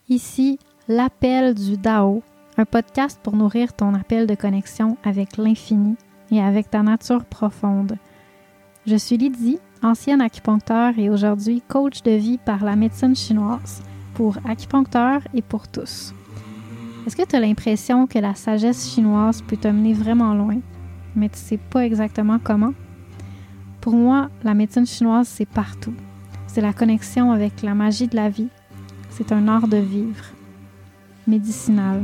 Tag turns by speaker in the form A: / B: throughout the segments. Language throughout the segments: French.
A: Ici, l'appel du Dao, un podcast pour nourrir ton appel de connexion avec l'infini et avec ta nature profonde. Je suis Lydie, ancienne acupuncteur et aujourd'hui coach de vie par la médecine chinoise, pour acupuncteurs et pour tous. Est-ce que tu as l'impression que la sagesse chinoise peut te mener vraiment loin, mais tu ne sais pas exactement comment? Pour moi, la médecine chinoise, c'est partout. C'est la connexion avec la magie de la vie. C'est un art de vivre, médicinal.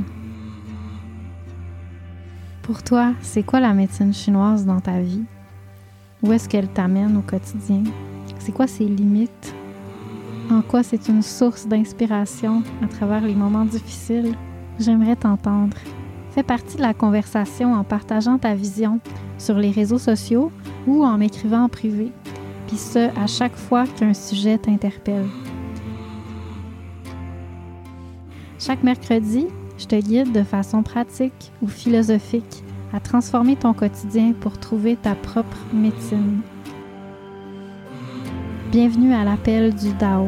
A: Pour toi, c'est quoi la médecine chinoise dans ta vie? Où est-ce qu'elle t'amène au quotidien? C'est quoi ses limites? En quoi c'est une source d'inspiration à travers les moments difficiles? J'aimerais t'entendre. Fais partie de la conversation en partageant ta vision sur les réseaux sociaux ou en m'écrivant en privé, puis ce, à chaque fois qu'un sujet t'interpelle. Chaque mercredi, je te guide de façon pratique ou philosophique à transformer ton quotidien pour trouver ta propre médecine. Bienvenue à l'appel du Dao.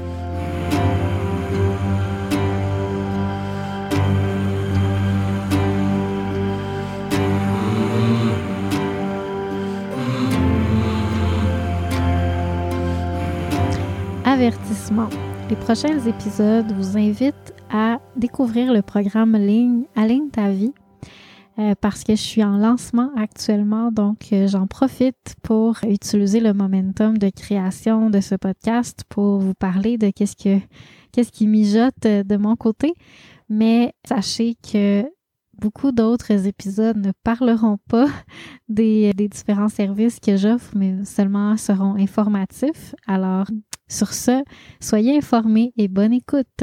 A: Avertissement. Les prochains épisodes vous invitent à découvrir le programme Aligne ta vie parce que je suis en lancement actuellement, donc j'en profite pour utiliser le momentum de création de ce podcast pour vous parler de qu'est-ce qui mijote de mon côté. Mais sachez que beaucoup d'autres épisodes ne parleront pas des différents services que j'offre, mais seulement seront informatifs. Alors, sur ce, soyez informés et bonne écoute!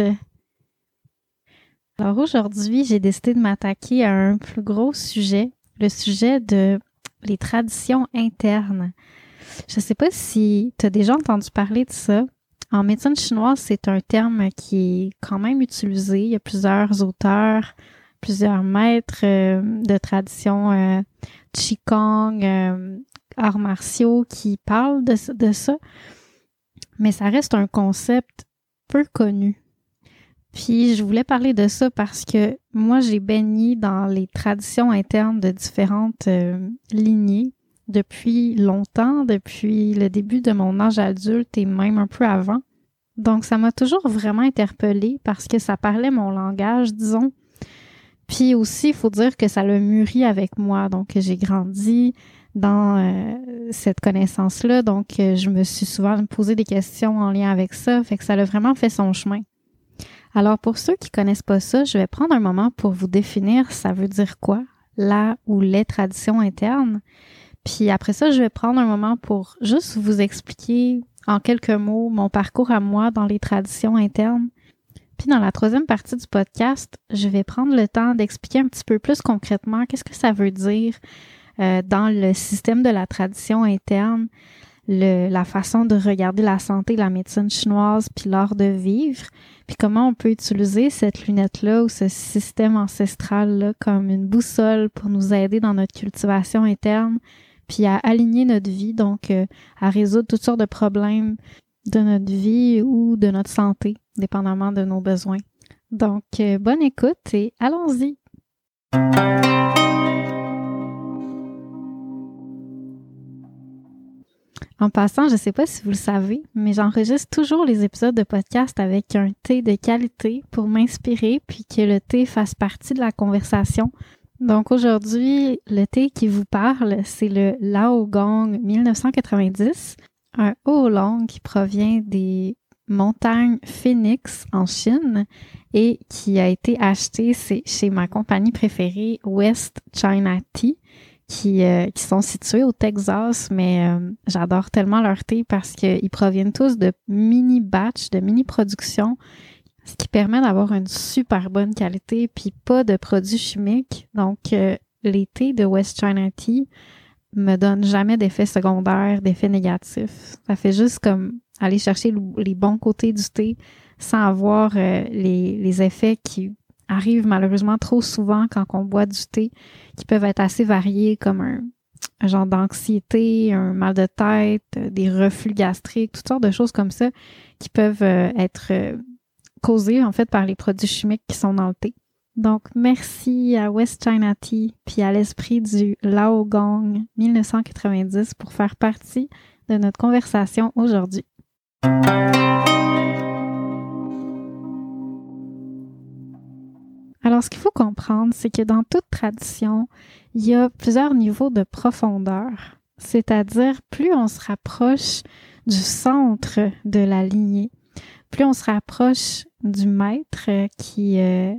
A: Alors aujourd'hui, j'ai décidé de m'attaquer à un plus gros sujet, le sujet de les traditions internes. Je ne sais pas si tu as déjà entendu parler de ça. En médecine chinoise, c'est un terme qui est quand même utilisé. Il y a plusieurs auteurs, plusieurs maîtres de tradition Qigong, arts martiaux qui parlent de ça. Mais ça reste un concept peu connu. Puis je voulais parler de ça parce que moi, j'ai baigné dans les traditions internes de différentes lignées depuis longtemps, depuis le début de mon âge adulte et même un peu avant. Donc, ça m'a toujours vraiment interpellée parce que ça parlait mon langage, disons. Puis aussi, il faut dire que ça l'a mûri avec moi. Donc, j'ai grandi dans cette connaissance-là. Donc, je me suis souvent posé des questions en lien avec ça. Fait que ça a vraiment fait son chemin. Alors, pour ceux qui connaissent pas ça, je vais prendre un moment pour vous définir ça veut dire quoi, la ou les traditions internes. Puis après ça, je vais prendre un moment pour juste vous expliquer en quelques mots mon parcours à moi dans les traditions internes. Puis dans la troisième partie du podcast, je vais prendre le temps d'expliquer un petit peu plus concrètement qu'est-ce que ça veut dire dans le système de la tradition interne, la façon de regarder la santé, la médecine chinoise, puis l'art de vivre, puis comment on peut utiliser cette lunette-là ou ce système ancestral-là comme une boussole pour nous aider dans notre cultivation interne, puis à aligner notre vie, donc à résoudre toutes sortes de problèmes de notre vie ou de notre santé, dépendamment de nos besoins. Donc, bonne écoute et allons-y! En passant, je ne sais pas si vous le savez, mais j'enregistre toujours les épisodes de podcast avec un thé de qualité pour m'inspirer puis que le thé fasse partie de la conversation. Donc aujourd'hui, le thé qui vous parle, c'est le Lao Gong 1990, un oolong qui provient des montagnes Phoenix en Chine et qui a été acheté chez ma compagnie préférée, West China Tea, qui sont situés au Texas, mais j'adore tellement leur thé parce qu'ils proviennent tous de mini-batch, de mini-production, ce qui permet d'avoir une super bonne qualité puis pas de produits chimiques. Donc, les thés de West China Tea me donnent jamais d'effets secondaires, d'effets négatifs. Ça fait juste comme aller chercher les bons côtés du thé sans avoir les effets qui arrivent malheureusement trop souvent quand on boit du thé, qui peuvent être assez variés comme un genre d'anxiété, un mal de tête, des reflux gastriques, toutes sortes de choses comme ça qui peuvent être causée en fait par les produits chimiques qui sont dans le thé. Donc, merci à West China Tea puis à l'esprit du Lao Gong 1990 pour faire partie de notre conversation aujourd'hui. Alors, ce qu'il faut comprendre, c'est que dans toute tradition, il y a plusieurs niveaux de profondeur. C'est-à-dire, plus on se rapproche du centre de la lignée, plus on se rapproche du maître qui est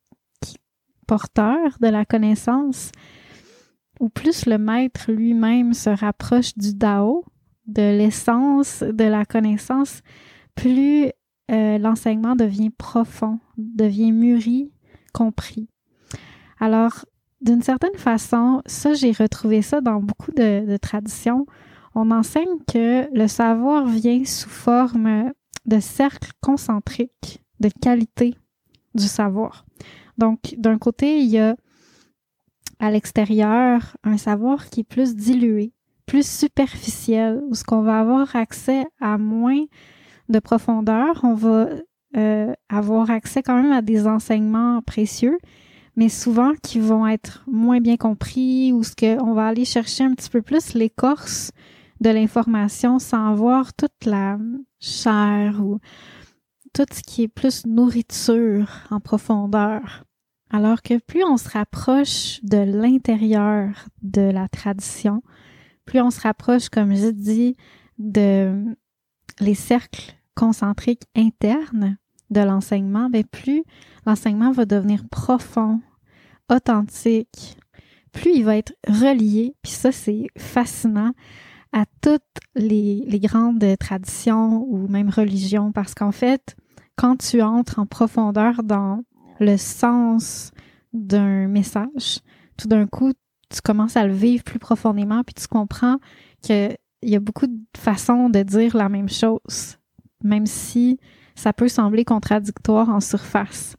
A: porteur de la connaissance, ou plus le maître lui-même se rapproche du Dao, de l'essence de la connaissance, plus l'enseignement devient profond, devient mûri, compris. Alors, d'une certaine façon, ça, j'ai retrouvé ça dans beaucoup de traditions. On enseigne que le savoir vient sous forme de cercles concentriques de qualité du savoir. Donc, d'un côté, il y a à l'extérieur un savoir qui est plus dilué, plus superficiel, où ce qu'on va avoir accès à moins de profondeur. On va avoir accès quand même à des enseignements précieux, mais souvent qui vont être moins bien compris, ou ce qu'on va aller chercher un petit peu plus l'écorce de l'information sans avoir toute la chair ou tout ce qui est plus nourriture en profondeur. Alors que plus on se rapproche de l'intérieur de la tradition, plus on se rapproche, comme je dis, de les cercles concentriques internes de l'enseignement, bien plus l'enseignement va devenir profond, authentique, plus il va être relié, puis ça c'est fascinant, à toutes les grandes traditions ou même religions, parce qu'en fait, quand tu entres en profondeur dans le sens d'un message, tout d'un coup, tu commences à le vivre plus profondément, puis tu comprends qu'il y a beaucoup de façons de dire la même chose, même si ça peut sembler contradictoire en surface.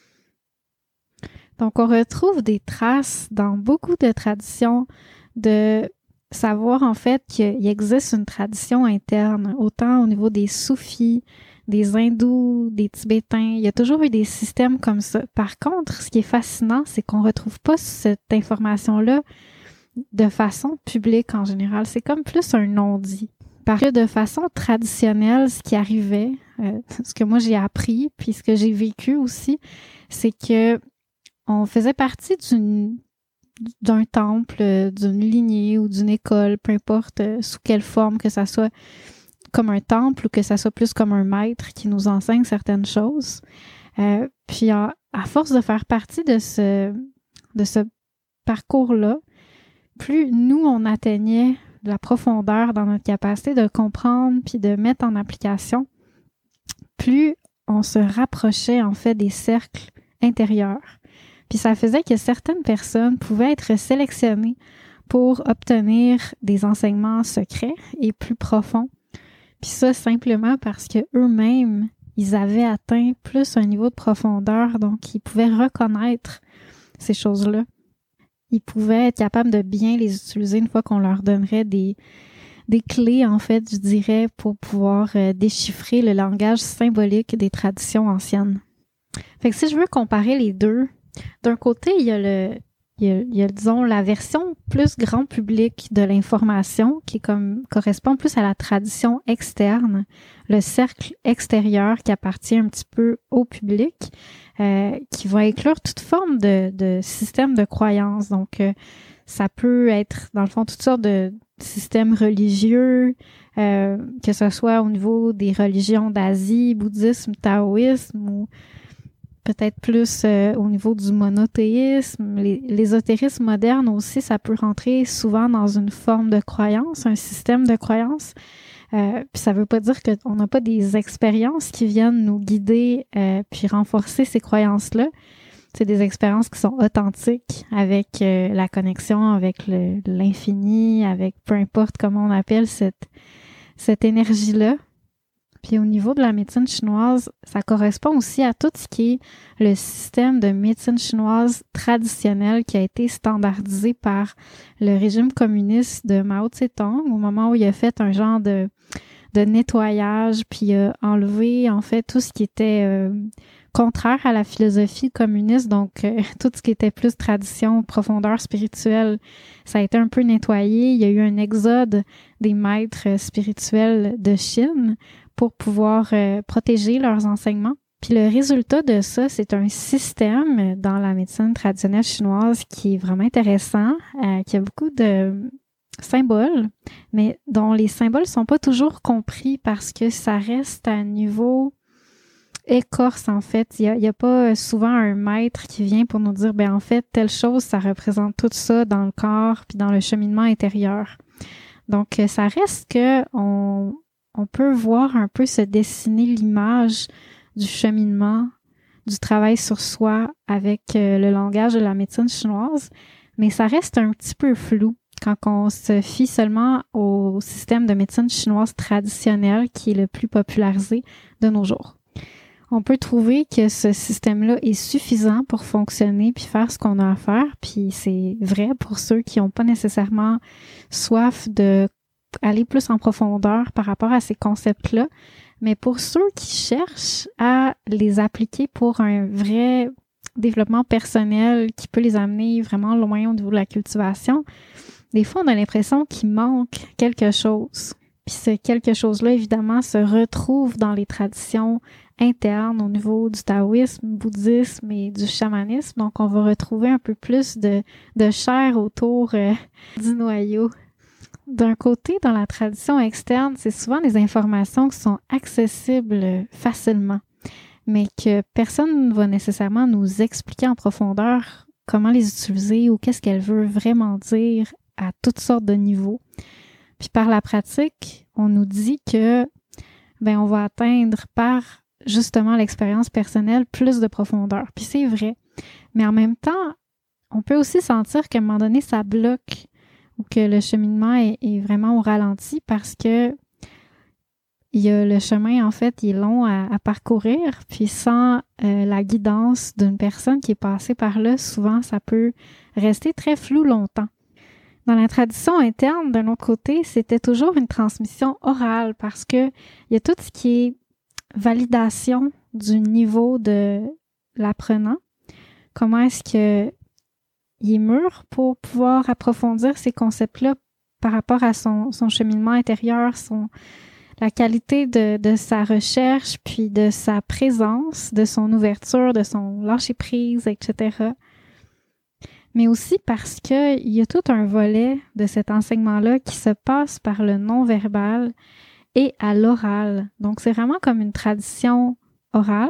A: Donc, on retrouve des traces dans beaucoup de traditions de savoir en fait qu'il existe une tradition interne, autant au niveau des soufis, des hindous, des tibétains. Il y a toujours eu des systèmes comme ça. Par contre, ce qui est fascinant, c'est qu'on retrouve pas cette information-là de façon publique en général. C'est comme plus un non-dit. Parce que de façon traditionnelle, ce qui arrivait, ce que moi j'ai appris, puis ce que j'ai vécu aussi, c'est que on faisait partie d'un temple, d'une lignée ou d'une école, peu importe sous quelle forme, que ça soit comme un temple ou que ça soit plus comme un maître qui nous enseigne certaines choses. Puis à force de faire partie de ce parcours-là, plus nous, on atteignait de la profondeur dans notre capacité de comprendre puis de mettre en application, plus on se rapprochait en fait des cercles intérieurs. Puis ça faisait que certaines personnes pouvaient être sélectionnées pour obtenir des enseignements secrets et plus profonds. Puis ça, simplement parce que eux-mêmes, ils avaient atteint plus un niveau de profondeur, donc ils pouvaient reconnaître ces choses-là. Ils pouvaient être capables de bien les utiliser une fois qu'on leur donnerait des clés, en fait, je dirais, pour pouvoir déchiffrer le langage symbolique des traditions anciennes. Fait que si je veux comparer les deux, d'un côté, il y a, disons, la version plus grand public de l'information qui correspond plus à la tradition externe, le cercle extérieur qui appartient un petit peu au public, qui va inclure toute forme de système de croyance. Donc, ça peut être, dans le fond, toutes sortes de systèmes religieux, que ce soit au niveau des religions d'Asie, bouddhisme, taoïsme, ou peut-être plus au niveau du monothéisme. L'ésotérisme moderne aussi, ça peut rentrer souvent dans une forme de croyance, un système de croyance. Puis ça veut pas dire qu'on n'a pas des expériences qui viennent nous guider puis renforcer ces croyances-là. C'est des expériences qui sont authentiques avec la connexion avec l'infini, avec peu importe comment on appelle cette énergie-là. Puis au niveau de la médecine chinoise, ça correspond aussi à tout ce qui est le système de médecine chinoise traditionnelle qui a été standardisé par le régime communiste de Mao Tse-tung au moment où il a fait un genre de de nettoyage, puis enlevé en fait tout ce qui était contraire à la philosophie communiste, donc tout ce qui était plus tradition, profondeur spirituelle, ça a été un peu nettoyé. Il y a eu un exode des maîtres spirituels de Chine pour pouvoir protéger leurs enseignements. Puis le résultat de ça, c'est un système dans la médecine traditionnelle chinoise qui est vraiment intéressant, qui a beaucoup de symboles, mais dont les symboles sont pas toujours compris parce que ça reste à un niveau écorce, en fait. Il y a pas souvent un maître qui vient pour nous dire, ben en fait, telle chose, ça représente tout ça dans le corps puis dans le cheminement intérieur. Donc, ça reste que on peut voir un peu se dessiner l'image du cheminement, du travail sur soi avec le langage de la médecine chinoise, mais ça reste un petit peu flou quand on se fie seulement au système de médecine chinoise traditionnel qui est le plus popularisé de nos jours. On peut trouver que ce système-là est suffisant pour fonctionner puis faire ce qu'on a à faire, puis c'est vrai pour ceux qui n'ont pas nécessairement soif de aller plus en profondeur par rapport à ces concepts-là, mais pour ceux qui cherchent à les appliquer pour un vrai développement personnel qui peut les amener vraiment loin au niveau de la cultivation, des fois on a l'impression qu'il manque quelque chose. Puis ce quelque chose-là, évidemment, se retrouve dans les traditions internes au niveau du taoïsme, bouddhisme et du chamanisme. Donc, on va retrouver un peu plus de chair autour du noyau. D'un côté, dans la tradition externe, c'est souvent des informations qui sont accessibles facilement, mais que personne ne va nécessairement nous expliquer en profondeur comment les utiliser ou qu'est-ce qu'elles veulent vraiment dire à toutes sortes de niveaux. Puis par la pratique, on nous dit que on va atteindre par justement l'expérience personnelle plus de profondeur. Puis c'est vrai. Mais en même temps, on peut aussi sentir qu'à un moment donné, ça bloque ou que le cheminement est vraiment au ralenti parce que le chemin, en fait, il est long à parcourir. Puis sans la guidance d'une personne qui est passée par là, souvent, ça peut rester très flou longtemps. Dans la tradition interne, d'un autre côté, c'était toujours une transmission orale parce que il y a tout ce qui est validation du niveau de l'apprenant. Comment est-ce que il est mûr pour pouvoir approfondir ces concepts-là par rapport à son cheminement intérieur, la qualité de sa recherche, puis de sa présence, de son ouverture, de son lâcher-prise, etc. Mais aussi parce que il y a tout un volet de cet enseignement-là qui se passe par le non-verbal et à l'oral. Donc, c'est vraiment comme une tradition orale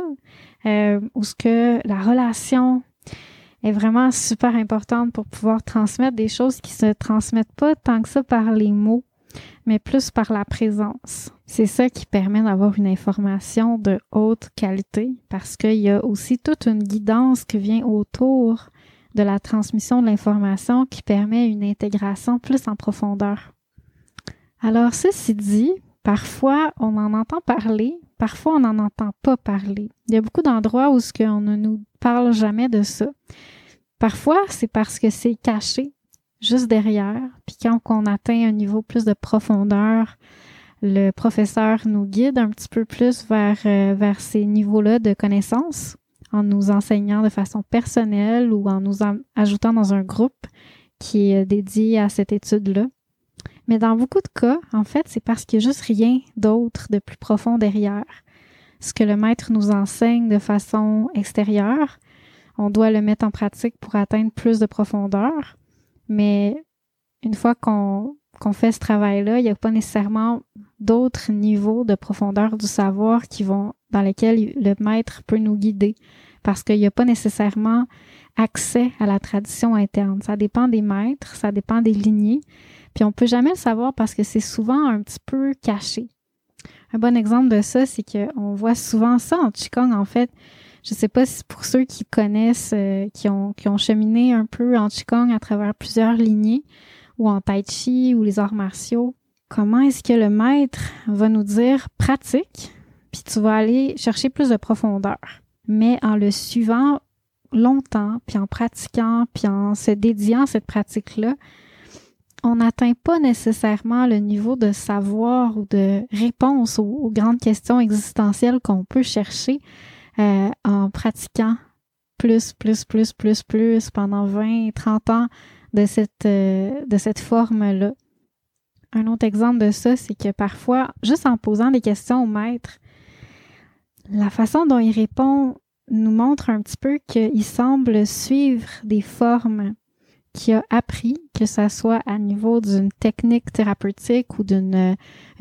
A: où ce que la relation est vraiment super importante pour pouvoir transmettre des choses qui se transmettent pas tant que ça par les mots, mais plus par la présence. C'est ça qui permet d'avoir une information de haute qualité parce qu'il y a aussi toute une guidance qui vient autour de la transmission de l'information qui permet une intégration plus en profondeur. Alors, ceci dit, parfois, on en entend parler, parfois, on n'en entend pas parler. Il y a beaucoup d'endroits où on ne nous parle jamais de ça. Parfois, c'est parce que c'est caché, juste derrière. Puis quand on atteint un niveau plus de profondeur, le professeur nous guide un petit peu plus vers ces niveaux-là de connaissances, en nous enseignant de façon personnelle ou en nous ajoutant dans un groupe qui est dédié à cette étude-là. Mais dans beaucoup de cas, en fait, c'est parce qu'il n'y a juste rien d'autre de plus profond derrière. Ce que le maître nous enseigne de façon extérieure, on doit le mettre en pratique pour atteindre plus de profondeur. Mais une fois qu'on fait ce travail-là, il n'y a pas nécessairement d'autres niveaux de profondeur du savoir dans lesquels le maître peut nous guider parce qu'il n'y a pas nécessairement accès à la tradition interne. Ça dépend des maîtres, ça dépend des lignées, puis on peut jamais le savoir parce que c'est souvent un petit peu caché. Un bon exemple de ça, c'est qu'on voit souvent ça en Qigong, en fait. Je sais pas si pour ceux qui connaissent, qui ont cheminé un peu en Qigong à travers plusieurs lignées, ou en Tai Chi, ou les arts martiaux, comment est-ce que le maître va nous dire « pratique », puis tu vas aller chercher plus de profondeur. Mais en le suivant longtemps, puis en pratiquant, puis en se dédiant à cette pratique-là, on n'atteint pas nécessairement le niveau de savoir ou de réponse aux grandes questions existentielles qu'on peut chercher en pratiquant plus pendant 20, 30 ans de cette forme-là. Un autre exemple de ça, c'est que parfois, juste en posant des questions au maître, la façon dont il répond nous montre un petit peu qu'il semble suivre des formes qu'il a appris, que ça soit à niveau d'une technique thérapeutique ou d'une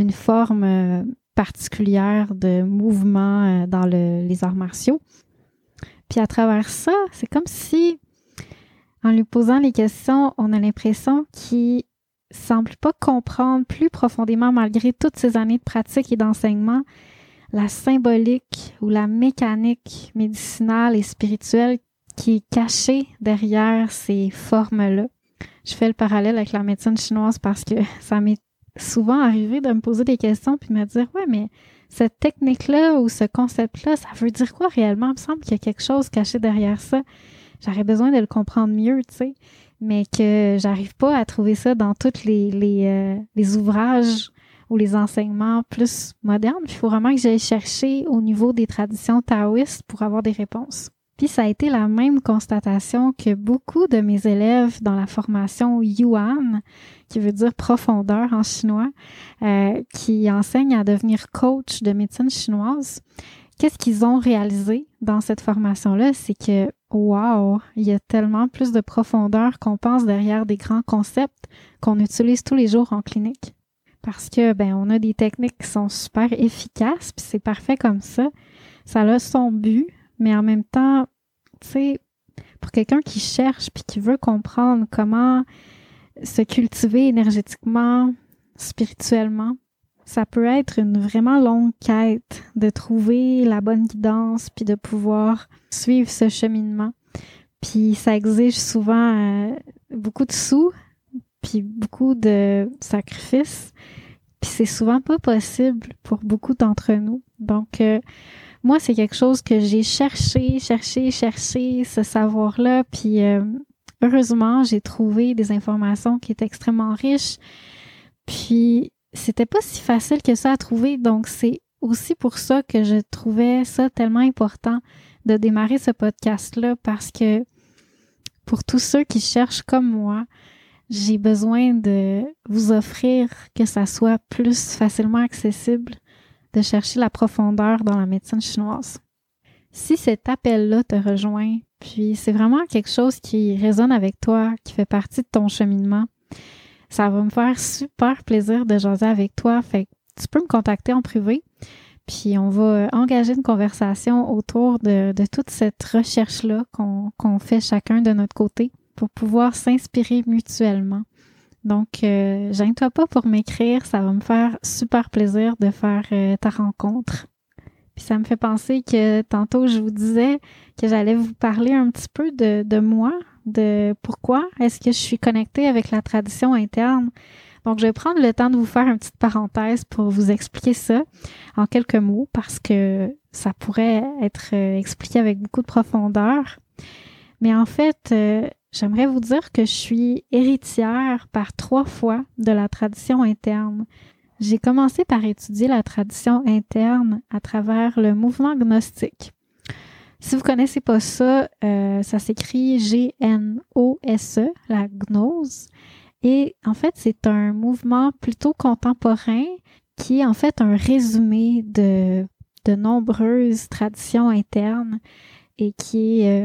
A: forme particulière de mouvement dans les arts martiaux. Puis à travers ça, c'est comme si, en lui posant les questions, on a l'impression qu'il semble pas comprendre plus profondément, malgré toutes ces années de pratique et d'enseignement, la symbolique ou la mécanique médicinale et spirituelle qui est cachée derrière ces formes-là. Je fais le parallèle avec la médecine chinoise parce que ça m'est souvent arrivé de me poser des questions puis de me dire « Ouais, mais cette technique-là ou ce concept-là, ça veut dire quoi réellement? Il me semble qu'il y a quelque chose caché derrière ça. J'aurais besoin de le comprendre mieux, tu sais, mais que j'arrive pas à trouver ça dans tous les ouvrages ou les enseignements plus modernes. Il faut vraiment que j'aille chercher au niveau des traditions taoïstes pour avoir des réponses. » Puis ça a été la même constatation que beaucoup de mes élèves dans la formation Yuan, qui veut dire profondeur en chinois, qui enseignent à devenir coach de médecine chinoise. Qu'est-ce qu'ils ont réalisé dans cette formation-là? C'est que, wow, il y a tellement plus de profondeur qu'on pense derrière des grands concepts qu'on utilise tous les jours en clinique. Parce que, on a des techniques qui sont super efficaces, puis c'est parfait comme ça. Ça a son but, mais en même temps, tu sais, pour quelqu'un qui cherche puis qui veut comprendre comment se cultiver énergétiquement, spirituellement, ça peut être une vraiment longue quête de trouver la bonne guidance puis de pouvoir suivre ce cheminement. Puis ça exige souvent beaucoup de sous puis beaucoup de sacrifices. Puis c'est souvent pas possible pour beaucoup d'entre nous. Donc, moi, c'est quelque chose que j'ai cherché, ce savoir-là. Puis, heureusement, j'ai trouvé des informations qui étaient extrêmement riches. Puis, c'était pas si facile que ça à trouver. Donc, c'est aussi pour ça que je trouvais ça tellement important de démarrer ce podcast-là parce que pour tous ceux qui cherchent comme moi, j'ai besoin de vous offrir que ça soit plus facilement accessible de chercher la profondeur dans la médecine chinoise. Si cet appel-là te rejoint, puis c'est vraiment quelque chose qui résonne avec toi, qui fait partie de ton cheminement, ça va me faire super plaisir de jaser avec toi. Fait que tu peux me contacter en privé, puis on va engager une conversation autour de toute cette recherche-là qu'on fait chacun de notre côté pour pouvoir s'inspirer mutuellement. Donc, gêne-toi pas pour m'écrire, ça va me faire super plaisir de faire ta rencontre. Puis ça me fait penser que tantôt, je vous disais que j'allais vous parler un petit peu de moi, de pourquoi est-ce que je suis connectée avec la tradition interne. Donc, je vais prendre le temps de vous faire une petite parenthèse pour vous expliquer ça en quelques mots parce que ça pourrait être expliqué avec beaucoup de profondeur. Mais en fait, j'aimerais vous dire que je suis héritière par 3 fois de la tradition interne. J'ai commencé par étudier la tradition interne à travers le mouvement gnostique. Si vous connaissez pas ça, ça s'écrit G-N-O-S-E, la gnose. Et en fait, c'est un mouvement plutôt contemporain qui est en fait un résumé de nombreuses traditions internes et qui est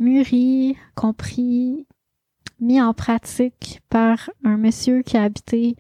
A: mûri, compris, mis en pratique par un monsieur qui a habité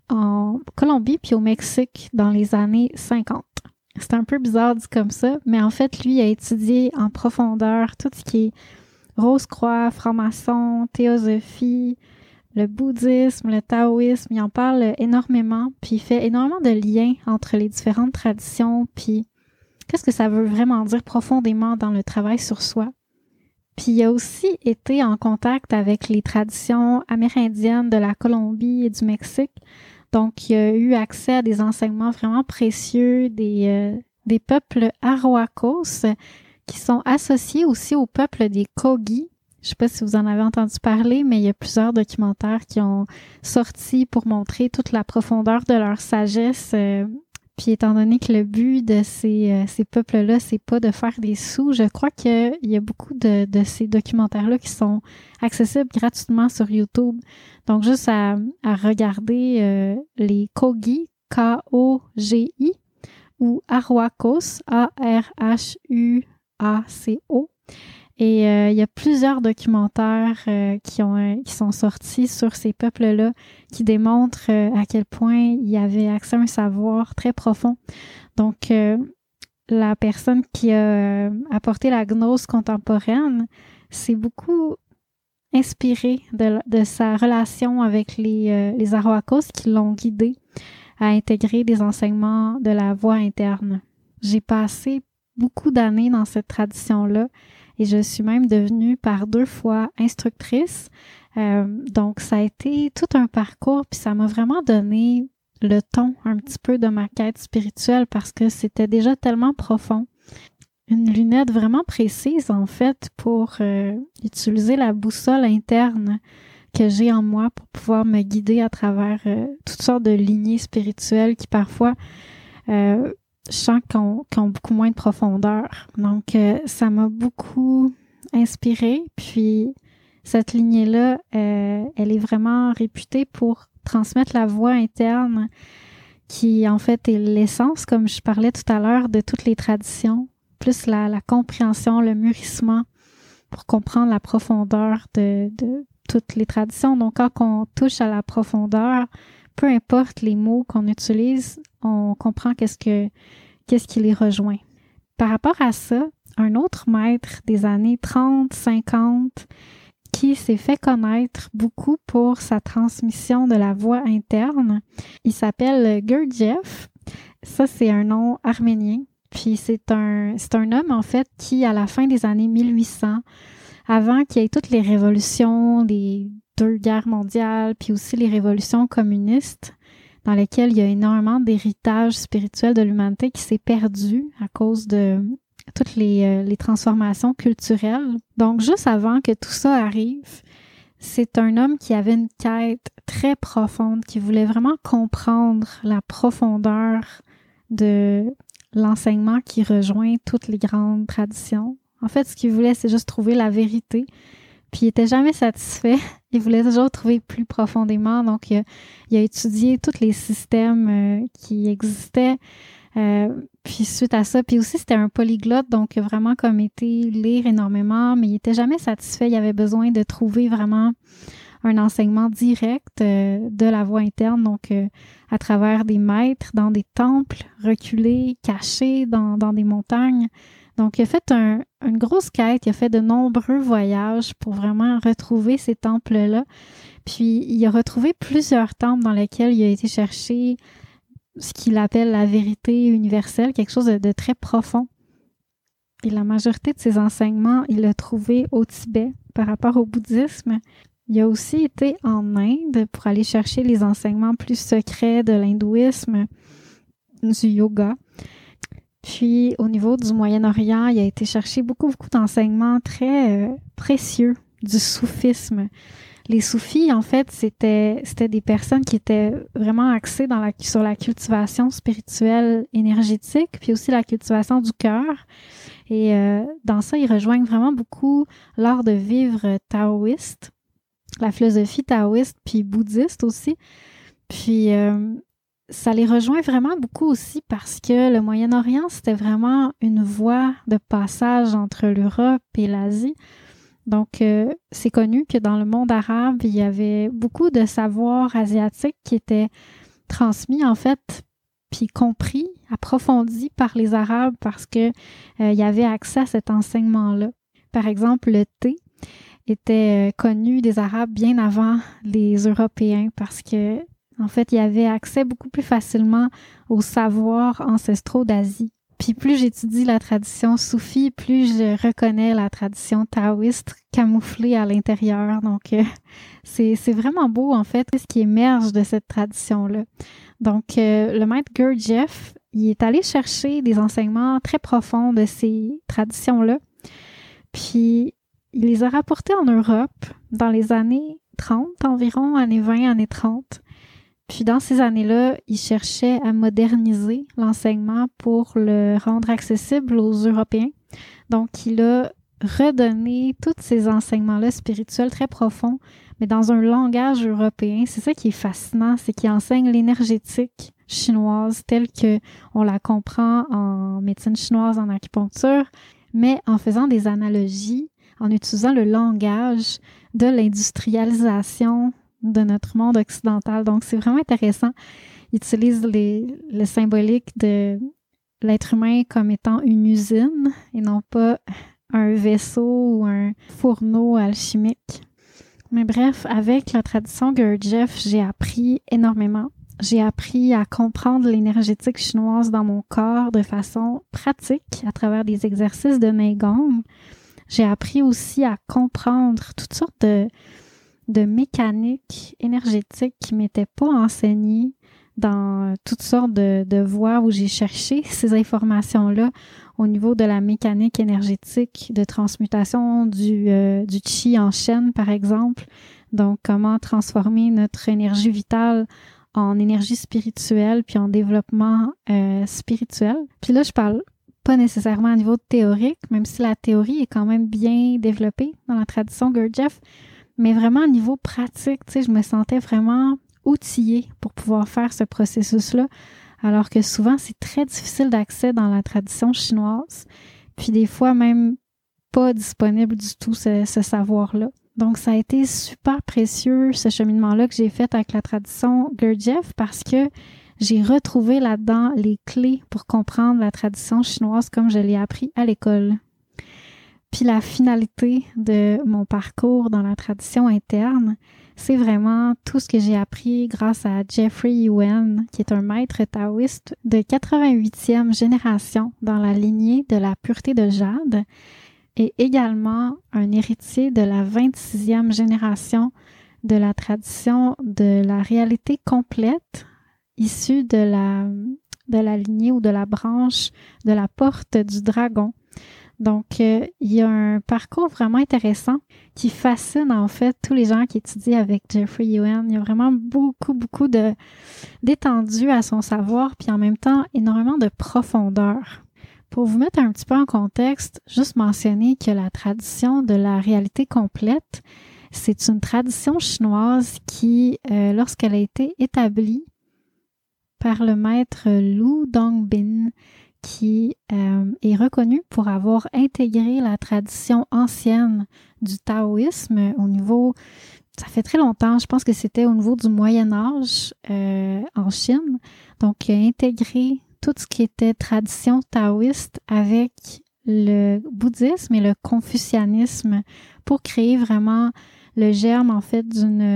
A: en Colombie puis au Mexique dans les années 50. C'est un peu bizarre dit comme ça, mais en fait, lui a étudié en profondeur tout ce qui est Rose-Croix, franc-maçon, théosophie, le bouddhisme, le taoïsme. Il en parle énormément, puis il fait énormément de liens entre les différentes traditions, puis qu'est-ce que ça veut vraiment dire profondément dans le travail sur soi. Puis il a aussi été en contact avec les traditions amérindiennes de la Colombie et du Mexique. Donc, il a eu accès à des enseignements vraiment précieux des peuples Arhuacos qui sont associés aussi au peuple des Kogi, Je sais pas si vous en avez entendu parler, mais il y a plusieurs documentaires qui ont sorti pour montrer toute la profondeur de leur sagesse. Puis étant donné que le but de ces peuples-là, c'est pas de faire des sous, je crois qu'il y a beaucoup de ces documentaires-là qui sont accessibles gratuitement sur YouTube. Donc juste à regarder les Kogi, K-O-G-I, ou Arhuacos, A-R-H-U-A-C-O. Et il y a plusieurs documentaires qui sont sortis sur ces peuples-là qui démontrent à quel point il y avait accès à un savoir très profond. Donc, la personne qui a apporté la gnose contemporaine s'est beaucoup inspirée de sa relation avec les Arhuacos qui l'ont guidée à intégrer des enseignements de la voix interne. J'ai passé beaucoup d'années dans cette tradition-là et je suis même devenue par 2 fois instructrice. Donc, ça a été tout un parcours, puis ça m'a vraiment donné le ton un petit peu de ma quête spirituelle parce que c'était déjà tellement profond. Une lunette vraiment précise, en fait, pour utiliser la boussole interne que j'ai en moi pour pouvoir me guider à travers toutes sortes de lignées spirituelles qui parfois je sens qu'ils ont beaucoup moins de profondeur. Donc, ça m'a beaucoup inspirée. Puis, cette lignée-là, elle est vraiment réputée pour transmettre la voix interne qui, en fait, est l'essence, comme je parlais tout à l'heure, de toutes les traditions, plus la compréhension, le mûrissement pour comprendre la profondeur de toutes les traditions. Donc, quand on touche à la profondeur, peu importe les mots qu'on utilise, on comprend qu'est-ce qui les rejoint. Par rapport à ça, un autre maître des années 30, 50, qui s'est fait connaître beaucoup pour sa transmission de la voix interne, il s'appelle Gurdjieff. Ça, c'est un nom arménien. Puis c'est un homme, en fait, qui, à la fin des années 1800, avant qu'il y ait toutes les révolutions, les 2 guerres mondiales, puis aussi les révolutions communistes, dans lesquelles il y a énormément d'héritage spirituel de l'humanité qui s'est perdu à cause de toutes les transformations culturelles. Donc, juste avant que tout ça arrive, c'est un homme qui avait une quête très profonde, qui voulait vraiment comprendre la profondeur de l'enseignement qui rejoint toutes les grandes traditions. En fait, ce qu'il voulait, c'est juste trouver la vérité. Puis il était jamais satisfait. Il voulait toujours trouver plus profondément. Donc, il a étudié tous les systèmes qui existaient. Puis suite à ça, puis aussi c'était un polyglotte, donc il a vraiment comme été lire énormément, mais il était jamais satisfait. Il avait besoin de trouver vraiment un enseignement direct de la voix interne, donc à travers des maîtres, dans des temples reculés, cachés dans des montagnes. Donc, il a fait une grosse quête, il a fait de nombreux voyages pour vraiment retrouver ces temples-là. Puis, il a retrouvé plusieurs temples dans lesquels il a été chercher ce qu'il appelle la vérité universelle, quelque chose de très profond. Et la majorité de ses enseignements, il l'a trouvé au Tibet par rapport au bouddhisme. Il a aussi été en Inde pour aller chercher les enseignements plus secrets de l'hindouisme, du yoga. Puis, au niveau du Moyen-Orient, il a été chercher beaucoup d'enseignements très précieux du soufisme. Les soufis, en fait, c'était des personnes qui étaient vraiment axées sur la cultivation spirituelle énergétique, puis aussi la cultivation du cœur. Et dans ça, ils rejoignent vraiment beaucoup l'art de vivre taoïste, la philosophie taoïste, puis bouddhiste aussi. Puis, ça les rejoint vraiment beaucoup aussi parce que le Moyen-Orient, c'était vraiment une voie de passage entre l'Europe et l'Asie. Donc, c'est connu que dans le monde arabe, il y avait beaucoup de savoirs asiatiques qui étaient transmis, en fait, puis compris, approfondis par les Arabes parce que il y avait accès à cet enseignement-là. Par exemple, le thé était connu des Arabes bien avant les Européens parce que en fait, il y avait accès beaucoup plus facilement aux savoirs ancestraux d'Asie. Puis plus j'étudie la tradition soufie, plus je reconnais la tradition taoïste camouflée à l'intérieur. Donc, c'est vraiment beau, en fait, ce qui émerge de cette tradition-là. Donc, le maître Gurdjieff, il est allé chercher des enseignements très profonds de ces traditions-là. Puis, il les a rapportés en Europe dans les années 30 environ, années 20, années 30. Puis dans ces années-là, il cherchait à moderniser l'enseignement pour le rendre accessible aux Européens. Donc, il a redonné tous ces enseignements-là spirituels très profonds, mais dans un langage européen. C'est ça qui est fascinant, c'est qu'il enseigne l'énergétique chinoise telle que on la comprend en médecine chinoise, en acupuncture, mais en faisant des analogies, en utilisant le langage de l'industrialisation de notre monde occidental. Donc, c'est vraiment intéressant. Il utilise le symbolique de l'être humain comme étant une usine et non pas un vaisseau ou un fourneau alchimique. Mais bref, avec la tradition Gurdjieff, j'ai appris énormément. J'ai appris à comprendre l'énergétique chinoise dans mon corps de façon pratique à travers des exercices de Neigong. J'ai appris aussi à comprendre toutes sortes de mécaniques énergétiques qui m'étaient pas enseignées dans toutes sortes de voies où j'ai cherché ces informations-là au niveau de la mécanique énergétique de transmutation du chi en shen, par exemple. Donc, comment transformer notre énergie vitale en énergie spirituelle puis en développement spirituel. Puis là, je parle pas nécessairement à niveau théorique, même si la théorie est quand même bien développée dans la tradition Gurdjieff, mais vraiment au niveau pratique, tu sais, je me sentais vraiment outillée pour pouvoir faire ce processus-là, alors que souvent, c'est très difficile d'accès dans la tradition chinoise, puis des fois même pas disponible du tout ce savoir-là. Donc, ça a été super précieux, ce cheminement-là que j'ai fait avec la tradition Gurdjieff, parce que j'ai retrouvé là-dedans les clés pour comprendre la tradition chinoise comme je l'ai appris à l'école. Puis la finalité de mon parcours dans la tradition interne, c'est vraiment tout ce que j'ai appris grâce à Jeffrey Yuen, qui est un maître taoïste de 88e génération dans la lignée de la pureté de jade et également un héritier de la 26e génération de la tradition de la réalité complète issue de la lignée ou de la branche de la porte du dragon. Donc, il y a un parcours vraiment intéressant qui fascine en fait tous les gens qui étudient avec Jeffrey Yuen. Il y a vraiment beaucoup d'étendue à son savoir, puis en même temps énormément de profondeur. Pour vous mettre un petit peu en contexte, juste mentionner que la tradition de la réalité complète, c'est une tradition chinoise qui, lorsqu'elle a été établie par le maître Lu Dongbin, qui est reconnu pour avoir intégré la tradition ancienne du taoïsme au niveau, ça fait très longtemps, je pense que c'était au niveau du Moyen Âge en Chine, donc intégré tout ce qui était tradition taoïste avec le bouddhisme et le confucianisme pour créer vraiment le germe en fait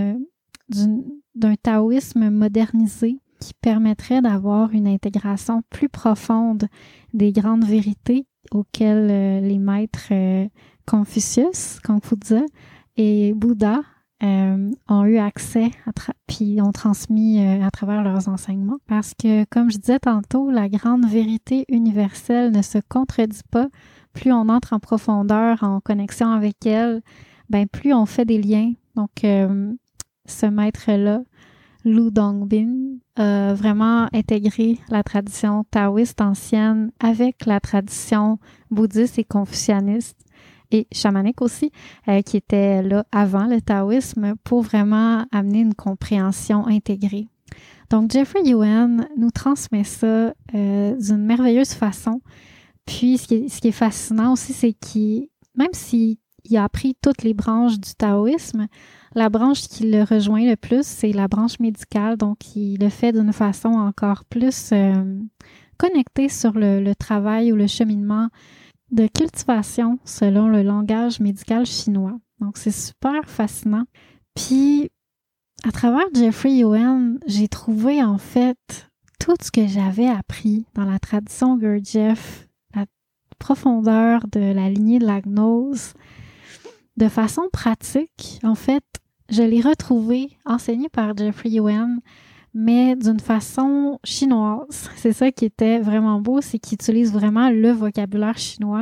A: d'un taoïsme modernisé qui permettrait d'avoir une intégration plus profonde des grandes vérités auxquelles les maîtres Confucius, Confuzi et Bouddha ont eu accès puis ont transmis à travers leurs enseignements. Parce que, comme je disais tantôt, la grande vérité universelle ne se contredit pas. Plus on entre en profondeur, en connexion avec elle, ben plus on fait des liens. Donc, ce maître-là, Lu Dongbin, a vraiment intégré la tradition taoïste ancienne avec la tradition bouddhiste et confucianiste et chamanique aussi, qui était là avant le taoïsme pour vraiment amener une compréhension intégrée. Donc, Jeffrey Yuen nous transmet ça d'une merveilleuse façon. Puis, ce qui est fascinant aussi, c'est même s'il a appris toutes les branches du taoïsme, la branche qui le rejoint le plus, c'est la branche médicale. Donc, il le fait d'une façon encore plus connectée sur le travail ou le cheminement de cultivation selon le langage médical chinois. Donc, c'est super fascinant. Puis, à travers Jeffrey Yuen, j'ai trouvé en fait tout ce que j'avais appris dans la tradition Gurdjieff, la profondeur de la lignée de la gnose, de façon pratique. En fait, je l'ai retrouvé enseigné par Jeffrey Yuen, mais d'une façon chinoise. C'est ça qui était vraiment beau, c'est qu'il utilise vraiment le vocabulaire chinois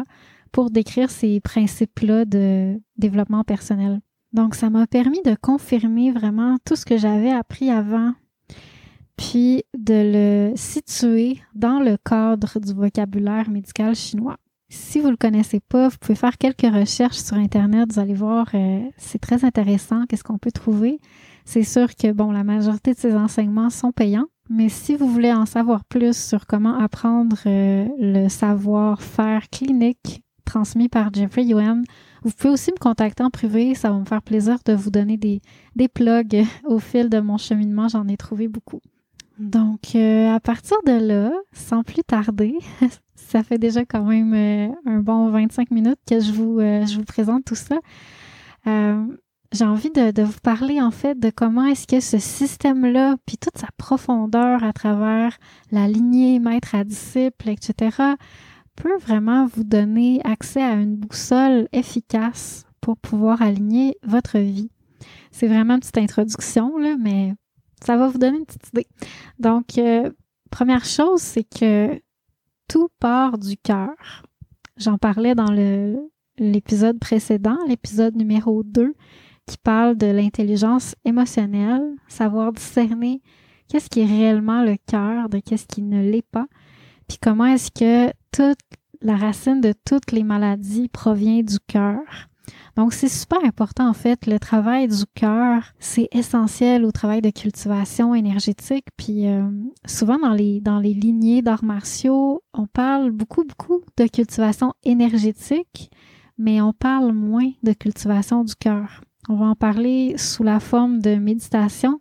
A: pour décrire ces principes-là de développement personnel. Donc, ça m'a permis de confirmer vraiment tout ce que j'avais appris avant, puis de le situer dans le cadre du vocabulaire médical chinois. Si vous ne le connaissez pas, vous pouvez faire quelques recherches sur Internet, vous allez voir, c'est très intéressant, qu'est-ce qu'on peut trouver. C'est sûr que, la majorité de ces enseignements sont payants, mais si vous voulez en savoir plus sur comment apprendre le savoir-faire clinique transmis par Jeffrey Yuen, vous pouvez aussi me contacter en privé, ça va me faire plaisir de vous donner des plugs au fil de mon cheminement, j'en ai trouvé beaucoup. Donc, à partir de là, sans plus tarder, ça fait déjà quand même un bon 25 minutes que je vous présente tout ça. J'ai envie de vous parler en fait de comment est-ce que ce système-là, puis toute sa profondeur à travers la lignée maître à disciple, etc., peut vraiment vous donner accès à une boussole efficace pour pouvoir aligner votre vie. C'est vraiment une petite introduction, là, mais ça va vous donner une petite idée. Donc, première chose, c'est que tout part du cœur. J'en parlais dans l'épisode précédent, l'épisode numéro 2, qui parle de l'intelligence émotionnelle, savoir discerner qu'est-ce qui est réellement le cœur de qu'est-ce qui ne l'est pas, puis comment est-ce que toute la racine de toutes les maladies provient du cœur. Donc, c'est super important, en fait. Le travail du cœur, c'est essentiel au travail de cultivation énergétique. Puis, souvent, dans les lignées d'arts martiaux, on parle beaucoup de cultivation énergétique, mais on parle moins de cultivation du cœur. On va en parler sous la forme de méditation,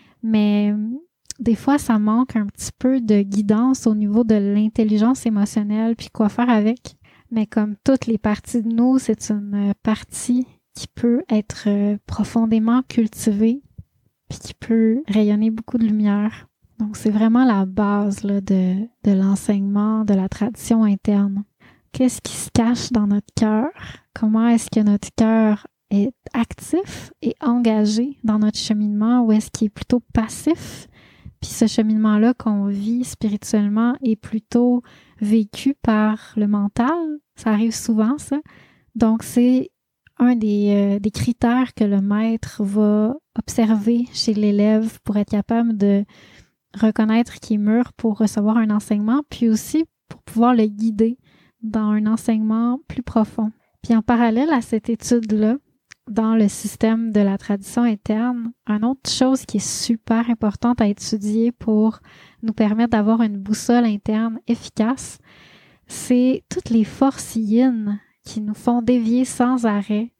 A: mais des fois, ça manque un petit peu de guidance au niveau de l'intelligence émotionnelle, puis quoi faire avec. Mais comme toutes les parties de nous, c'est une partie qui peut être profondément cultivée puis qui peut rayonner beaucoup de lumière. Donc, c'est vraiment la base là, de l'enseignement, de la tradition interne. Qu'est-ce qui se cache dans notre cœur? Comment est-ce que notre cœur est actif et engagé dans notre cheminement ou est-ce qu'il est plutôt passif? Puis ce cheminement-là qu'on vit spirituellement est plutôt vécu par le mental. Ça arrive souvent, ça. Donc, c'est un des critères que le maître va observer chez l'élève pour être capable de reconnaître qu'il est mûr pour recevoir un enseignement, puis aussi pour pouvoir le guider dans un enseignement plus profond. Puis en parallèle à cette étude-là, dans le système de la tradition interne, une autre chose qui est super importante à étudier pour nous permettre d'avoir une boussole interne efficace, c'est toutes les forces yin qui nous font dévier sans arrêt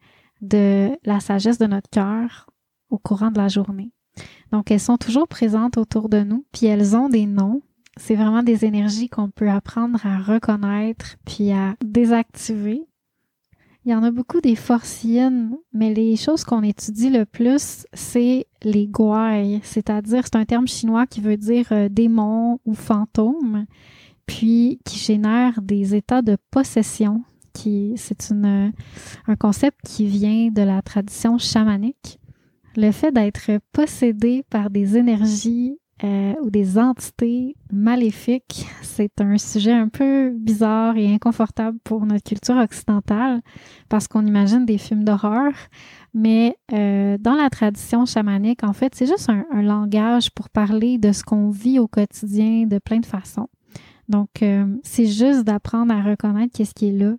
A: de la sagesse de notre cœur au courant de la journée. Donc, elles sont toujours présentes autour de nous, puis elles ont des noms. C'est vraiment des énergies qu'on peut apprendre à reconnaître puis à désactiver. Il y en a beaucoup des forces yin, mais les choses qu'on étudie le plus, c'est les guai, c'est-à-dire c'est un terme chinois qui veut dire démon ou fantôme, puis qui génère des états de possession. C'est un concept qui vient de la tradition chamanique. Le fait d'être possédé par des énergies ou des entités maléfiques, c'est un sujet un peu bizarre et inconfortable pour notre culture occidentale parce qu'on imagine des films d'horreur, mais dans la tradition chamanique, en fait, c'est juste un langage pour parler de ce qu'on vit au quotidien de plein de façons. Donc, c'est juste d'apprendre à reconnaître qu'est-ce qui est là,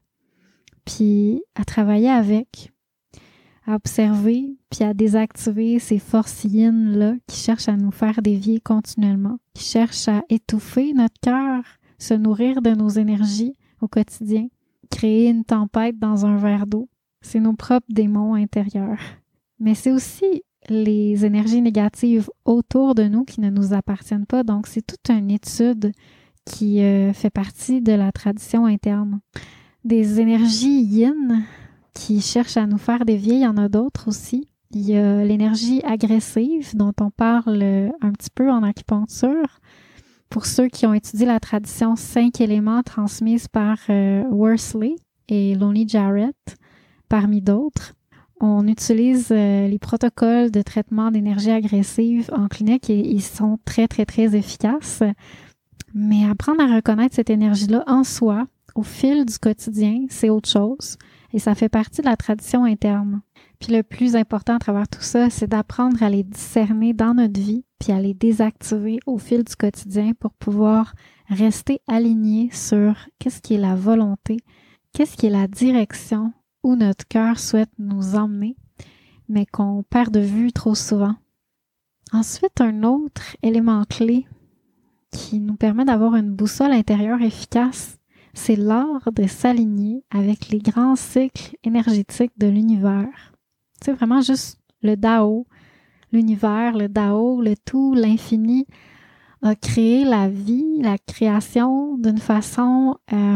A: puis à travailler avec, à observer, puis à désactiver ces forces yin-là qui cherchent à nous faire dévier continuellement, qui cherchent à étouffer notre cœur, se nourrir de nos énergies au quotidien, créer une tempête dans un verre d'eau. C'est nos propres démons intérieurs. Mais c'est aussi les énergies négatives autour de nous qui ne nous appartiennent pas. Donc, c'est toute une étude qui fait partie de la tradition interne. Des énergies yin qui cherchent à nous faire dévier, il y en a d'autres aussi. Il y a l'énergie agressive dont on parle un petit peu en acupuncture. Pour ceux qui ont étudié la tradition 5 éléments transmise par Worsley et Lonnie Jarrett, parmi d'autres, on utilise les protocoles de traitement d'énergie agressive en clinique et ils sont très, très, très efficaces. Mais apprendre à reconnaître cette énergie-là en soi, au fil du quotidien, c'est autre chose. Et ça fait partie de la tradition interne. Puis le plus important à travers tout ça, c'est d'apprendre à les discerner dans notre vie, puis à les désactiver au fil du quotidien pour pouvoir rester aligné sur qu'est-ce qui est la volonté, qu'est-ce qui est la direction où notre cœur souhaite nous emmener, mais qu'on perd de vue trop souvent. Ensuite, un autre élément clé qui nous permet d'avoir une boussole intérieure efficace, c'est l'art de s'aligner avec les grands cycles énergétiques de l'univers. C'est vraiment juste le Dao, l'univers, le Dao, le tout, l'infini, a créé la vie, la création d'une façon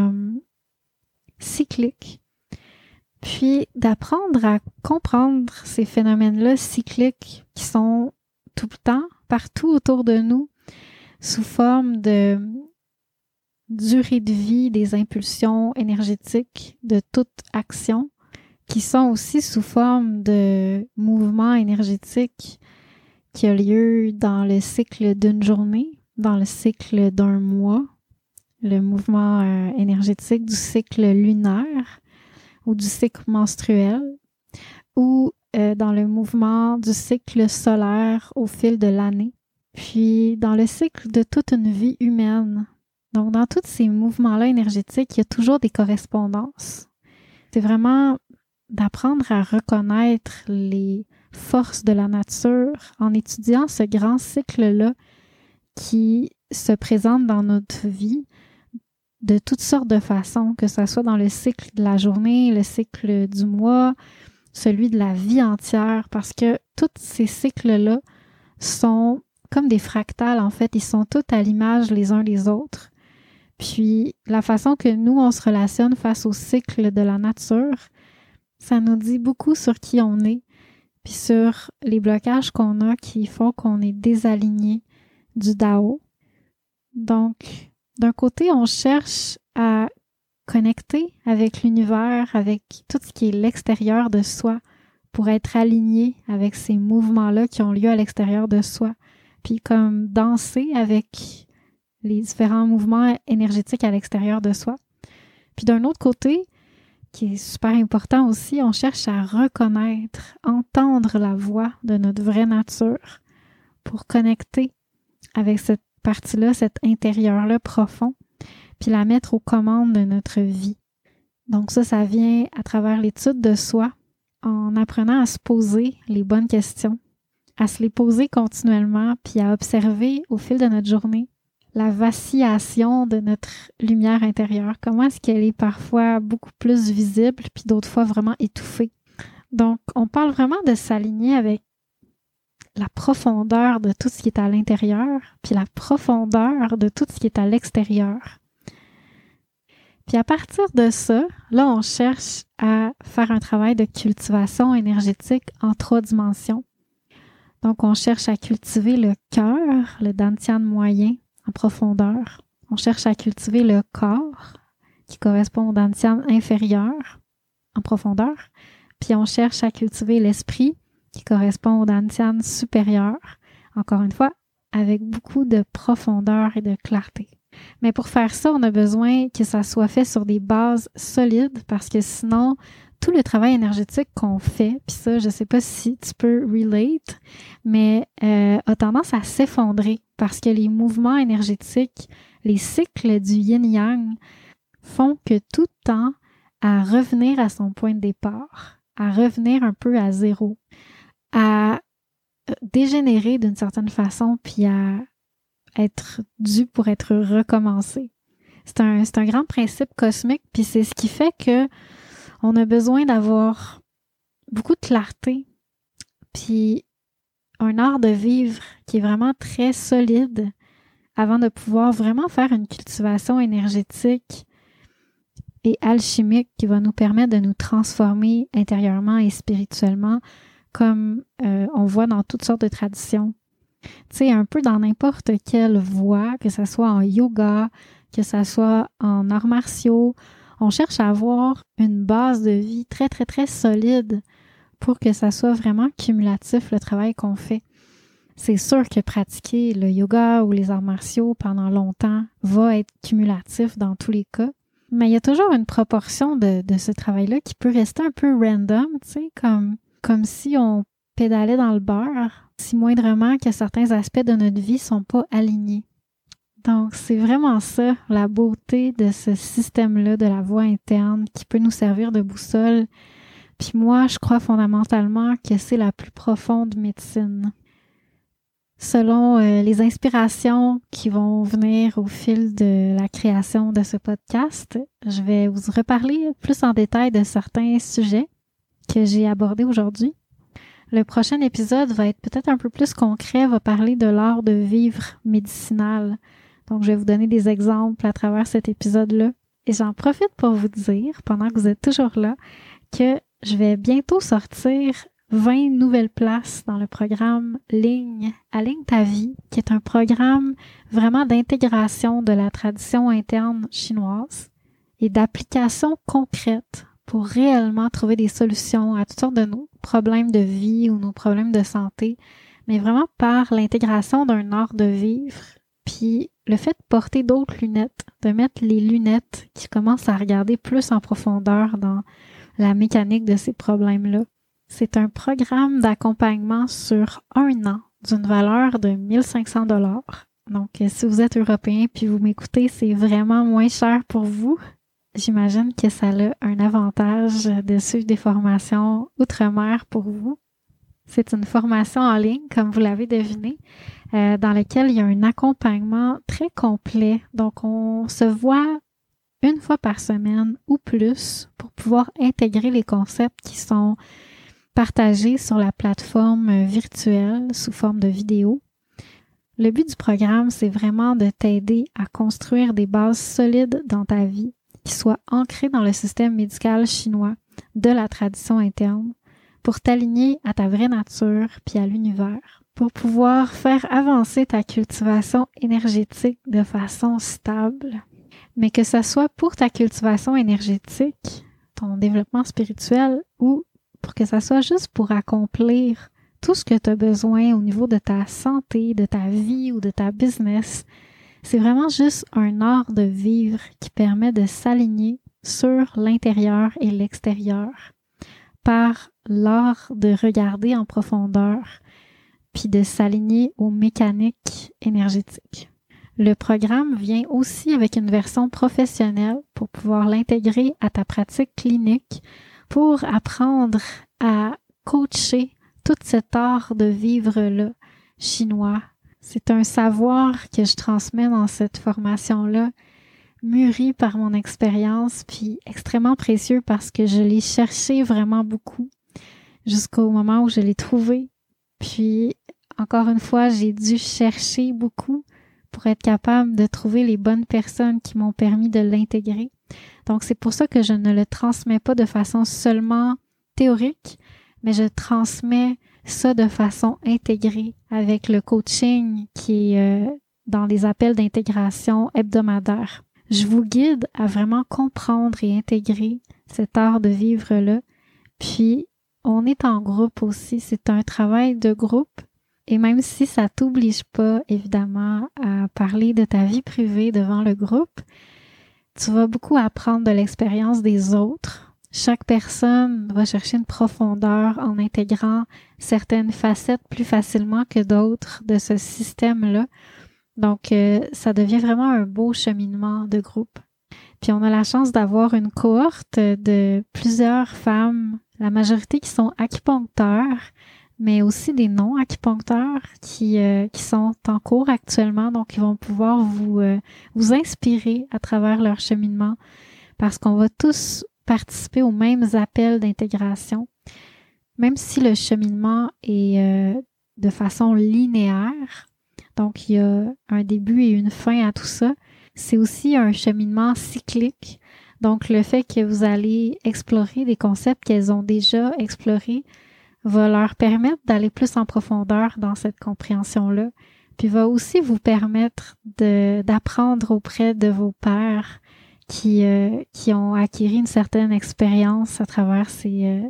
A: cyclique. Puis d'apprendre à comprendre ces phénomènes-là cycliques qui sont tout le temps, partout autour de nous, sous forme de durée de vie des impulsions énergétiques de toute action, qui sont aussi sous forme de mouvements énergétiques qui a lieu dans le cycle d'une journée, dans le cycle d'un mois, le mouvement énergétique du cycle lunaire ou du cycle menstruel, ou dans le mouvement du cycle solaire au fil de l'année, puis dans le cycle de toute une vie humaine. Donc, dans tous ces mouvements-là énergétiques, il y a toujours des correspondances. C'est vraiment d'apprendre à reconnaître les forces de la nature en étudiant ce grand cycle-là qui se présente dans notre vie de toutes sortes de façons, que ce soit dans le cycle de la journée, le cycle du mois, celui de la vie entière, parce que tous ces cycles-là sont comme des fractales, en fait, ils sont tous à l'image les uns des autres. Puis la façon que nous, on se relationne face au cycle de la nature, ça nous dit beaucoup sur qui on est, puis sur les blocages qu'on a qui font qu'on est désaligné du Dao. Donc, d'un côté, on cherche à connecter avec l'univers, avec tout ce qui est l'extérieur de soi, pour être aligné avec ces mouvements-là qui ont lieu à l'extérieur de soi, puis comme danser avec les différents mouvements énergétiques à l'extérieur de soi. Puis d'un autre côté, qui est super important aussi, on cherche à reconnaître, entendre la voix de notre vraie nature pour connecter avec cette partie-là, cet intérieur-là profond, puis la mettre aux commandes de notre vie. Donc ça vient à travers l'étude de soi, en apprenant à se poser les bonnes questions, à se les poser continuellement, puis à observer au fil de notre journée la vacillation de notre lumière intérieure. Comment est-ce qu'elle est parfois beaucoup plus visible, puis d'autres fois vraiment étouffée. Donc, on parle vraiment de s'aligner avec la profondeur de tout ce qui est à l'intérieur, puis la profondeur de tout ce qui est à l'extérieur. Puis à partir de ça, là, on cherche à faire un travail de cultivation énergétique en 3 dimensions. Donc, on cherche à cultiver le cœur, le dantian moyen, en profondeur. On cherche à cultiver le corps, qui correspond au dantian inférieur, en profondeur. Puis on cherche à cultiver l'esprit, qui correspond au dantian supérieur, encore une fois, avec beaucoup de profondeur et de clarté. Mais pour faire ça, on a besoin que ça soit fait sur des bases solides, parce que sinon, tout le travail énergétique qu'on fait, puis ça, je sais pas si tu peux relate, mais a tendance à s'effondrer parce que les mouvements énergétiques, les cycles du yin-yang font que tout tend à revenir à son point de départ, à revenir un peu à zéro, à dégénérer d'une certaine façon, puis à être dû pour être recommencé. C'est un grand principe cosmique, puis c'est ce qui fait que on a besoin d'avoir beaucoup de clarté, puis un art de vivre qui est vraiment très solide avant de pouvoir vraiment faire une cultivation énergétique et alchimique qui va nous permettre de nous transformer intérieurement et spirituellement comme on voit dans toutes sortes de traditions. Tu sais, un peu dans n'importe quelle voie, que ce soit en yoga, que ce soit en arts martiaux, on cherche à avoir une base de vie très, très, très solide pour que ça soit vraiment cumulatif, le travail qu'on fait. C'est sûr que pratiquer le yoga ou les arts martiaux pendant longtemps va être cumulatif dans tous les cas, Mais il y a toujours une proportion de ce travail-là qui peut rester un peu random, tu sais, comme si on pédalait dans le beurre, si moindrement que certains aspects de notre vie sont pas alignés. Donc, c'est vraiment ça, la beauté de ce système-là, de la voix interne qui peut nous servir de boussole. Puis moi, je crois fondamentalement que c'est la plus profonde médecine. Selon les inspirations qui vont venir au fil de la création de ce podcast, je vais vous reparler plus en détail de certains sujets que j'ai abordés aujourd'hui. Le prochain épisode va être peut-être un peu plus concret, va parler de l'art de vivre médicinal. Donc, je vais vous donner des exemples à travers cet épisode-là. Et j'en profite pour vous dire, pendant que vous êtes toujours là, que je vais bientôt sortir 20 nouvelles places dans le programme Ligne, Aligne ta vie, qui est un programme vraiment d'intégration de la tradition interne chinoise et d'application concrète pour réellement trouver des solutions à toutes sortes de nos problèmes de vie ou nos problèmes de santé, mais vraiment par l'intégration d'un art de vivre, puis le fait de porter d'autres lunettes, de mettre les lunettes qui commencent à regarder plus en profondeur dans la mécanique de ces problèmes-là. C'est un programme d'accompagnement sur 1 an d'une valeur de 1 500 $. Donc, si vous êtes européen puis vous m'écoutez, c'est vraiment moins cher pour vous. J'imagine que ça a un avantage de suivre des formations outre-mer pour vous. C'est une formation en ligne, comme vous l'avez deviné, dans laquelle il y a un accompagnement très complet. Donc, on se voit 1 fois par semaine ou plus pour pouvoir intégrer les concepts qui sont partagés sur la plateforme virtuelle sous forme de vidéo. Le but du programme, c'est vraiment de t'aider à construire des bases solides dans ta vie qui soient ancrées dans le système médical chinois de la tradition interne pour t'aligner à ta vraie nature puis à l'univers, pour pouvoir faire avancer ta cultivation énergétique de façon stable. Mais que ce soit pour ta cultivation énergétique, ton développement spirituel ou pour que ça soit juste pour accomplir tout ce que tu as besoin au niveau de ta santé, de ta vie ou de ta business, c'est vraiment juste un art de vivre qui permet de s'aligner sur l'intérieur et l'extérieur par l'art de regarder en profondeur puis de s'aligner aux mécaniques énergétiques. Le programme vient aussi avec une version professionnelle pour pouvoir l'intégrer à ta pratique clinique pour apprendre à coacher tout cet art de vivre-là chinois. C'est un savoir que je transmets dans cette formation-là, mûri par mon expérience, puis extrêmement précieux parce que je l'ai cherché vraiment beaucoup jusqu'au moment où je l'ai trouvé. Puis, encore une fois, j'ai dû chercher beaucoup pour être capable de trouver les bonnes personnes qui m'ont permis de l'intégrer. Donc, c'est pour ça que je ne le transmets pas de façon seulement théorique, mais je transmets ça de façon intégrée avec le coaching qui est dans les appels d'intégration hebdomadaires. Je vous guide à vraiment comprendre et intégrer cet art de vivre-là. Puis, on est en groupe aussi. C'est un travail de groupe. Et même si ça t'oblige pas, évidemment, à parler de ta vie privée devant le groupe, tu vas beaucoup apprendre de l'expérience des autres. Chaque personne va chercher une profondeur en intégrant certaines facettes plus facilement que d'autres de ce système-là. Donc, ça devient vraiment un beau cheminement de groupe. Puis, on a la chance d'avoir une cohorte de plusieurs femmes, la majorité qui sont acupuncteurs, mais aussi des non-acupuncteurs qui sont en cours actuellement, donc ils vont pouvoir vous inspirer à travers leur cheminement parce qu'on va tous participer aux mêmes appels d'intégration, même si le cheminement est de façon linéaire, donc il y a un début et une fin à tout ça. C'est aussi un cheminement cyclique, donc le fait que vous allez explorer des concepts qu'elles ont déjà explorés va leur permettre d'aller plus en profondeur dans cette compréhension-là, puis va aussi vous permettre d'apprendre auprès de vos pairs qui ont acquis une certaine expérience à travers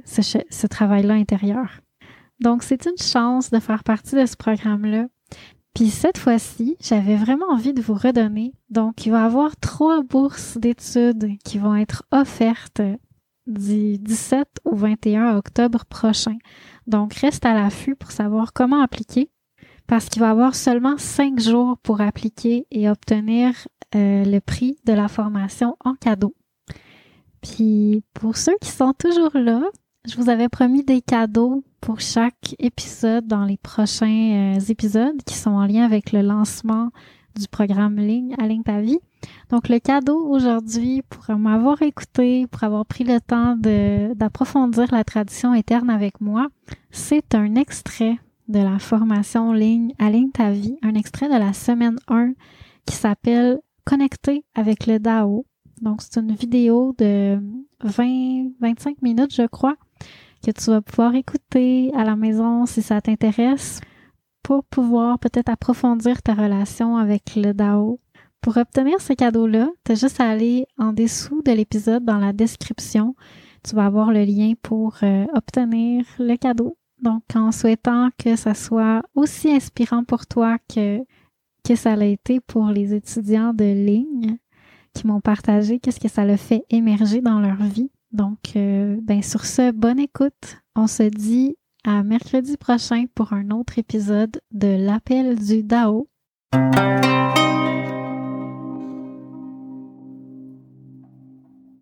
A: ce travail-là intérieur. Donc, c'est une chance de faire partie de ce programme-là. Puis cette fois-ci, j'avais vraiment envie de vous redonner. Donc, il va y avoir 3 bourses d'études qui vont être offertes du 17 au 21 octobre prochain. Donc, reste à l'affût pour savoir comment appliquer parce qu'il va y avoir seulement 5 jours pour appliquer et obtenir le prix de la formation en cadeau. Puis, pour ceux qui sont toujours là, je vous avais promis des cadeaux pour chaque épisode dans les prochains épisodes qui sont en lien avec le lancement du programme Ligne Aligne ta vie. Donc, le cadeau aujourd'hui, pour m'avoir écouté, pour avoir pris le temps d'approfondir la tradition interne avec moi, c'est un extrait de la formation Ligne Aligne ta vie, un extrait de la semaine 1 qui s'appelle « Connecter avec le Dao ». Donc, c'est une vidéo de 20-25 minutes, je crois, que tu vas pouvoir écouter à la maison si ça t'intéresse pour pouvoir peut-être approfondir ta relation avec le Dao. Pour obtenir ce cadeau-là, tu as juste à aller en dessous de l'épisode dans la description. Tu vas avoir le lien pour obtenir le cadeau. Donc, en souhaitant que ça soit aussi inspirant pour toi que ça l'a été pour les étudiants de ligne qui m'ont partagé qu'est-ce que ça l'a fait émerger dans leur vie. Donc, sur ce, bonne écoute. On se dit à mercredi prochain pour un autre épisode de l'Appel du Dao.